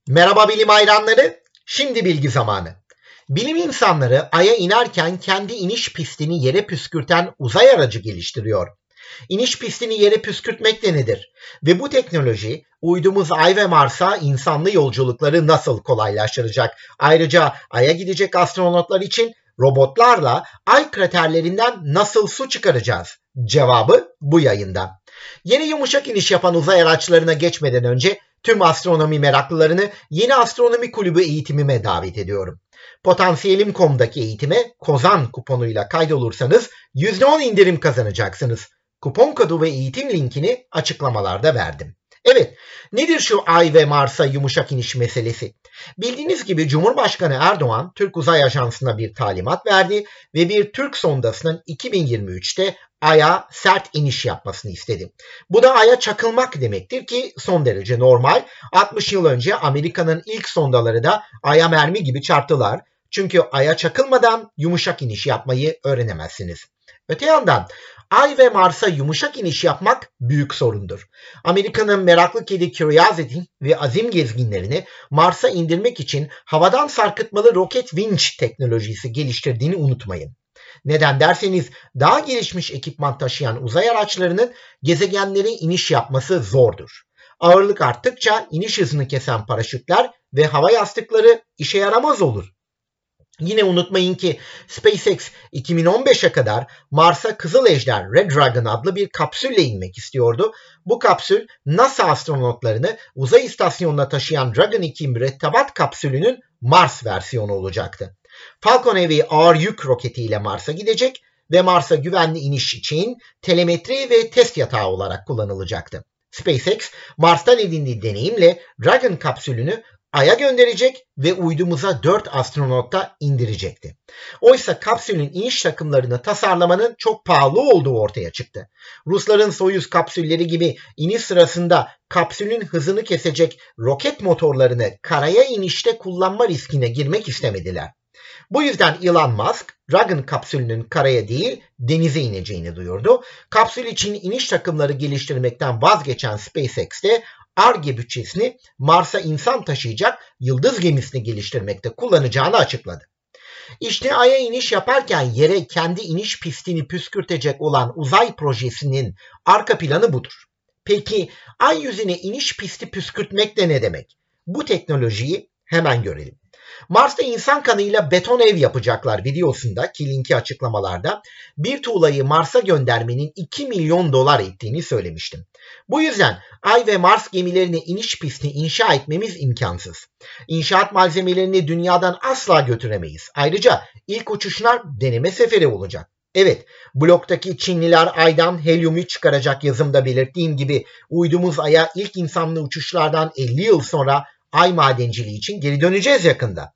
Merhaba bilim hayranları, şimdi bilgi zamanı. Bilim insanları Ay'a inerken kendi iniş pistini yere püskürten uzay aracı geliştiriyor. İniş pistini yere püskürtmek de nedir? Ve bu teknoloji uydumuz Ay ve Mars'a insanlı yolculukları nasıl kolaylaştıracak? Ayrıca Ay'a gidecek astronotlar için robotlarla Ay kraterlerinden nasıl su çıkaracağız? Cevabı bu yayında. Yeni yumuşak iniş yapan uzay araçlarına geçmeden önce tüm astronomi meraklılarını Yeni Astronomi Kulübü eğitimime davet ediyorum. Potansiyelim.com'daki eğitime Kozan kuponuyla kaydolursanız %10 indirim kazanacaksınız. Kupon kodu ve eğitim linkini açıklamalarda verdim. Evet, nedir şu Ay ve Mars'a yumuşak iniş meselesi? Bildiğiniz gibi Cumhurbaşkanı Erdoğan Türk Uzay Ajansı'na bir talimat verdi ve bir Türk sondasının 2023'te Ay'a sert iniş yapmasını istedi. Bu da Ay'a çakılmak demektir ki son derece normal. 60 yıl önce Amerika'nın ilk sondaları da Ay'a mermi gibi çarptılar. Çünkü Ay'a çakılmadan yumuşak iniş yapmayı öğrenemezsiniz. Öte yandan Ay ve Mars'a yumuşak iniş yapmak büyük sorundur. Amerika'nın meraklı kedi Curiosity ve azim gezginlerini Mars'a indirmek için havadan sarkıtmalı roket winch teknolojisi geliştirdiğini unutmayın. Neden derseniz daha gelişmiş ekipman taşıyan uzay araçlarının gezegenlere iniş yapması zordur. Ağırlık arttıkça iniş hızını kesen paraşütler ve hava yastıkları işe yaramaz olur. Yine unutmayın ki SpaceX 2015'e kadar Mars'a Kızıl Ejder Red Dragon adlı bir kapsülle inmek istiyordu. Bu kapsül NASA astronotlarını uzay istasyonuna taşıyan Dragon 2 mürettebat kapsülünün Mars versiyonu olacaktı. Falcon Heavy ağır yük roketiyle Mars'a gidecek ve Mars'a güvenli iniş için telemetri ve test yatağı olarak kullanılacaktı. SpaceX, Mars'tan edindiği deneyimle Dragon kapsülünü Ay'a gönderecek ve uydumuza 4 astronot da indirecekti. Oysa kapsülün iniş takımlarını tasarlamanın çok pahalı olduğu ortaya çıktı. Rusların Soyuz kapsülleri gibi iniş sırasında kapsülün hızını kesecek roket motorlarını karaya inişte kullanma riskine girmek istemediler. Bu yüzden Elon Musk, Dragon kapsülünün karaya değil denize ineceğini duyurdu. Kapsül için iniş takımları geliştirmekten vazgeçen SpaceX'te Ar-Ge bütçesini Mars'a insan taşıyacak yıldız gemisini geliştirmekte kullanacağını açıkladı. İşte Ay'a iniş yaparken yere kendi iniş pistini püskürtecek olan uzay projesinin arka planı budur. Peki Ay yüzüne iniş pisti püskürtmek de ne demek? Bu teknolojiyi hemen görelim. Mars'ta insan kanıyla beton ev yapacaklar videosunda ki linki açıklamalarda bir tuğlayı Mars'a göndermenin 2 milyon dolar ettiğini söylemiştim. Bu yüzden Ay ve Mars gemilerine iniş pisti inşa etmemiz imkansız. İnşaat malzemelerini dünyadan asla götüremeyiz. Ayrıca ilk uçuşlar deneme seferi olacak. Evet, bloktaki Çinliler Ay'dan helyumu çıkaracak yazımda belirttiğim gibi uydumuz Ay'a ilk insanlı uçuşlardan 50 yıl sonra Ay madenciliği için geri döneceğiz yakında.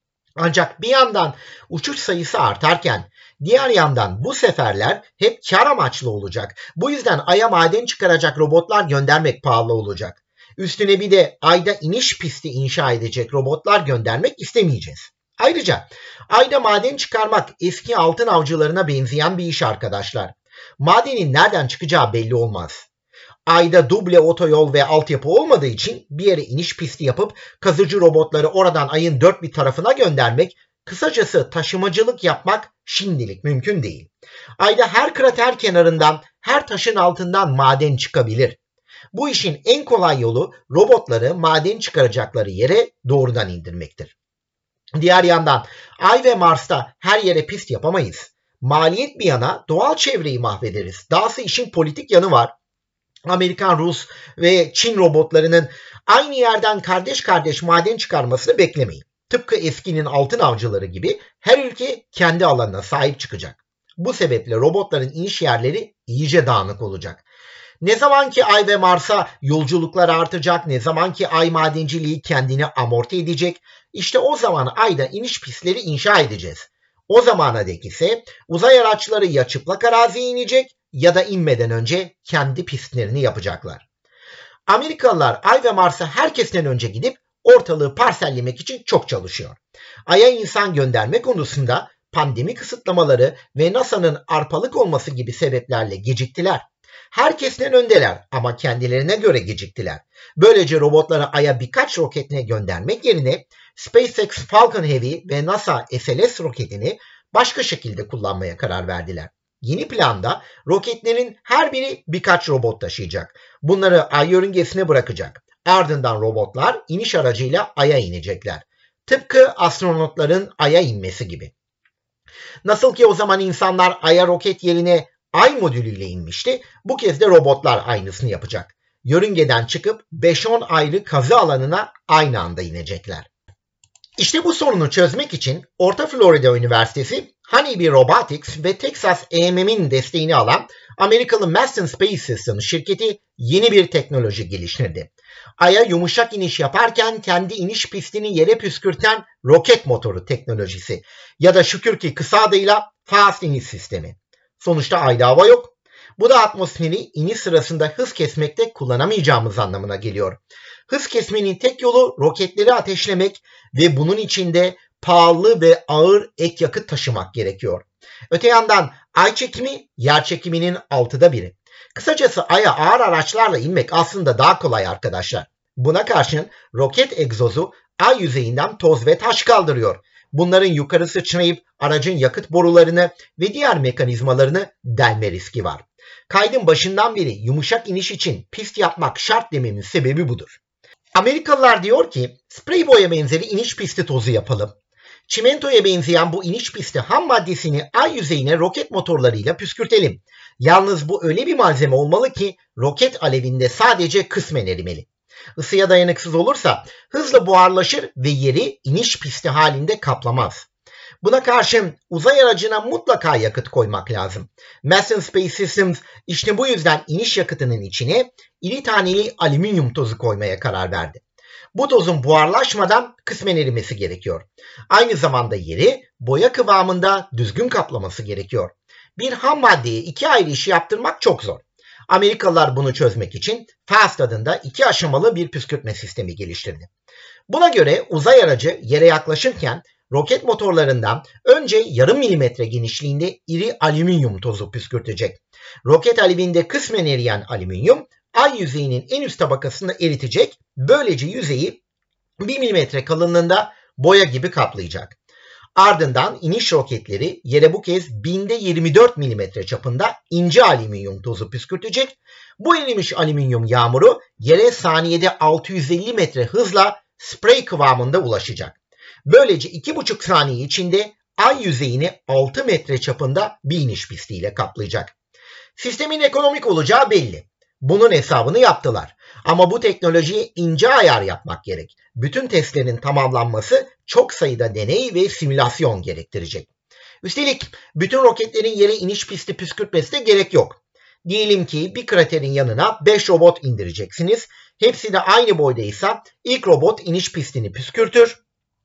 Ancak bir yandan uçuş sayısı artarken diğer yandan bu seferler hep kar amaçlı olacak. Bu yüzden Ay'a maden çıkaracak robotlar göndermek pahalı olacak. Üstüne bir de Ay'da iniş pisti inşa edecek robotlar göndermek istemeyeceğiz. Ayrıca Ay'da maden çıkarmak eski altın avcılarına benzeyen bir iş arkadaşlar. Madenin nereden çıkacağı belli olmaz. Ay'da duble otoyol ve altyapı olmadığı için bir yere iniş pisti yapıp kazıcı robotları oradan Ay'ın dört bir tarafına göndermek, kısacası taşımacılık yapmak şimdilik mümkün değil. Ay'da her krater kenarından, her taşın altından maden çıkabilir. Bu işin en kolay yolu robotları maden çıkaracakları yere doğrudan indirmektir. Diğer yandan Ay ve Mars'ta her yere pist yapamayız. Maliyet bir yana doğal çevreyi mahvederiz. Dahası işin politik yanı var. Amerikan, Rus ve Çin robotlarının aynı yerden kardeş kardeş maden çıkarmasını beklemeyin. Tıpkı eskinin altın avcıları gibi her ülke kendi alanına sahip çıkacak. Bu sebeple robotların iniş yerleri iyice dağınık olacak. Ne zaman ki Ay ve Mars'a yolculuklar artacak, ne zaman ki Ay madenciliği kendini amorti edecek, işte o zaman Ay'da iniş pistleri inşa edeceğiz. O zamana dek ise uzay araçları ya çıplak araziye inecek ya da inmeden önce kendi pistlerini yapacaklar. Amerikalılar Ay ve Mars'a herkesten önce gidip ortalığı parsellemek için çok çalışıyor. Ay'a insan gönderme konusunda pandemi kısıtlamaları ve NASA'nın arpalık olması gibi sebeplerle geciktiler. Herkesten öndeler ama kendilerine göre geciktiler. Böylece robotları Ay'a birkaç roketle göndermek yerine SpaceX Falcon Heavy ve NASA SLS roketini başka şekilde kullanmaya karar verdiler. Yeni planda roketlerin her biri birkaç robot taşıyacak. Bunları Ay yörüngesine bırakacak. Ardından robotlar iniş aracıyla Ay'a inecekler. Tıpkı astronotların Ay'a inmesi gibi. Nasıl ki o zaman insanlar Ay'a roket yerine Ay modülüyle inmişti, bu kez de robotlar aynısını yapacak. Yörüngeden çıkıp 5-10 ayrı kazı alanına aynı anda inecekler. İşte bu sorunu çözmek için Orta Florida Üniversitesi, Honeybee Robotics ve Texas A&M'in desteğini alan Amerikalı Masten Space Systems şirketi yeni bir teknoloji geliştirdi. Ay'a yumuşak iniş yaparken kendi iniş pistini yere püskürten roket motoru teknolojisi ya da şükür ki kısa adıyla Fast iniş sistemi. Sonuçta Ay'da hava yok. Bu da atmosferi iniş sırasında hız kesmekte kullanamayacağımız anlamına geliyor. Hız kesmenin tek yolu roketleri ateşlemek ve bunun için de pahalı ve ağır ek yakıt taşımak gerekiyor. Öte yandan Ay çekimi yer çekiminin 6'da 1'i. Kısacası Ay'a ağır araçlarla inmek aslında daha kolay arkadaşlar. Buna karşın roket egzozu Ay yüzeyinden toz ve taş kaldırıyor. Bunların yukarı sıçrayıp aracın yakıt borularını ve diğer mekanizmalarını delme riski var. Kaydın başından beri yumuşak iniş için pist yapmak şart dememin sebebi budur. Amerikalılar diyor ki sprey boya benzeri iniş pisti tozu yapalım. Çimentoya benzeyen bu iniş pisti ham maddesini Ay yüzeyine roket motorlarıyla püskürtelim. Yalnız bu öyle bir malzeme olmalı ki roket alevinde sadece kısmen erimeli. Isıya dayanıksız olursa hızla buharlaşır ve yeri iniş pisti halinde kaplamaz. Buna karşın uzay aracına mutlaka yakıt koymak lazım. Masten Space Systems işte bu yüzden iniş yakıtının içine iri taneli alüminyum tozu koymaya karar verdi. Bu tozun buharlaşmadan kısmen erimesi gerekiyor. Aynı zamanda yeri boya kıvamında düzgün kaplaması gerekiyor. Bir ham maddeye iki ayrı işi yaptırmak çok zor. Amerikalılar bunu çözmek için FAST adında 2 aşamalı bir püskürtme sistemi geliştirdi. Buna göre uzay aracı yere yaklaşırken roket motorlarından önce yarım milimetre genişliğinde iri alüminyum tozu püskürtecek. Roket alevinde kısmen eriyen alüminyum Ay yüzeyinin en üst tabakasını eritecek. Böylece yüzeyi 1 milimetre kalınlığında boya gibi kaplayacak. Ardından iniş roketleri yere bu kez binde 24 milimetre çapında ince alüminyum tozu püskürtecek. Bu erimiş alüminyum yağmuru yere saniyede 650 metre hızla sprey kıvamında ulaşacak. Böylece 2,5 saniye içinde Ay yüzeyini 6 metre çapında bir iniş pistiyle kaplayacak. Sistemin ekonomik olacağı belli. Bunun hesabını yaptılar. Ama bu teknolojiye ince ayar yapmak gerek. Bütün testlerin tamamlanması çok sayıda deney ve simülasyon gerektirecek. Üstelik bütün roketlerin yere iniş pisti püskürtmesine gerek yok. Diyelim ki bir kraterin yanına 5 robot indireceksiniz. Hepsi de aynı boydaysa ilk robot iniş pistini püskürtür.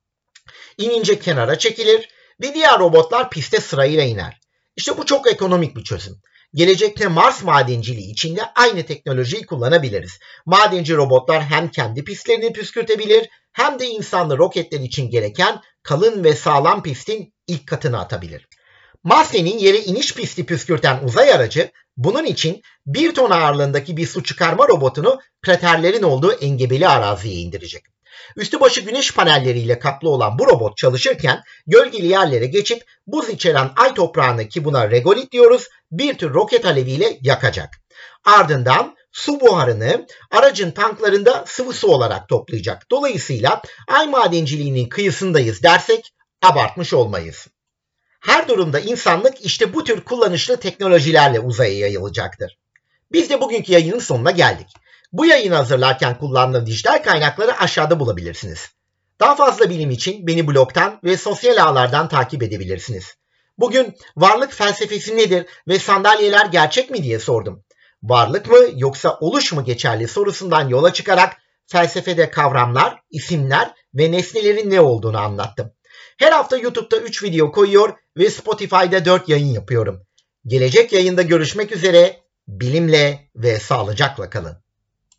İnince kenara çekilir ve diğer robotlar piste sırayla iner. İşte bu çok ekonomik bir çözüm. Gelecekte Mars madenciliği için de aynı teknolojiyi kullanabiliriz. Madenci robotlar hem kendi pistlerini püskürtebilir hem de insanlı roketler için gereken kalın ve sağlam pistin ilk katını atabilir. Mars'in yere iniş pisti püskürten uzay aracı bunun için 1 ton ağırlığındaki bir su çıkarma robotunu kraterlerin olduğu engebeli araziye indirecek. Üstü başı güneş panelleriyle kaplı olan bu robot çalışırken gölgeli yerlere geçip buz içeren ay toprağını, ki buna regolit diyoruz, bir tür roket aleviyle yakacak. Ardından su buharını aracın tanklarında sıvı su olarak toplayacak. Dolayısıyla ay madenciliğinin kıyısındayız dersek abartmış olmayız. Her durumda insanlık işte bu tür kullanışlı teknolojilerle uzaya yayılacaktır. Biz de bugünkü yayının sonuna geldik. Bu yayını hazırlarken kullandığım dijital kaynakları aşağıda bulabilirsiniz. Daha fazla bilim için beni blogdan ve sosyal ağlardan takip edebilirsiniz. Bugün varlık felsefesi nedir ve sandalyeler gerçek mi diye sordum. Varlık mı yoksa oluş mu geçerli sorusundan yola çıkarak felsefede kavramlar, isimler ve nesnelerin ne olduğunu anlattım. Her hafta YouTube'da 3 video koyuyor ve Spotify'da 4 yayın yapıyorum. Gelecek yayında görüşmek üzere, bilimle ve sağlıcakla kalın.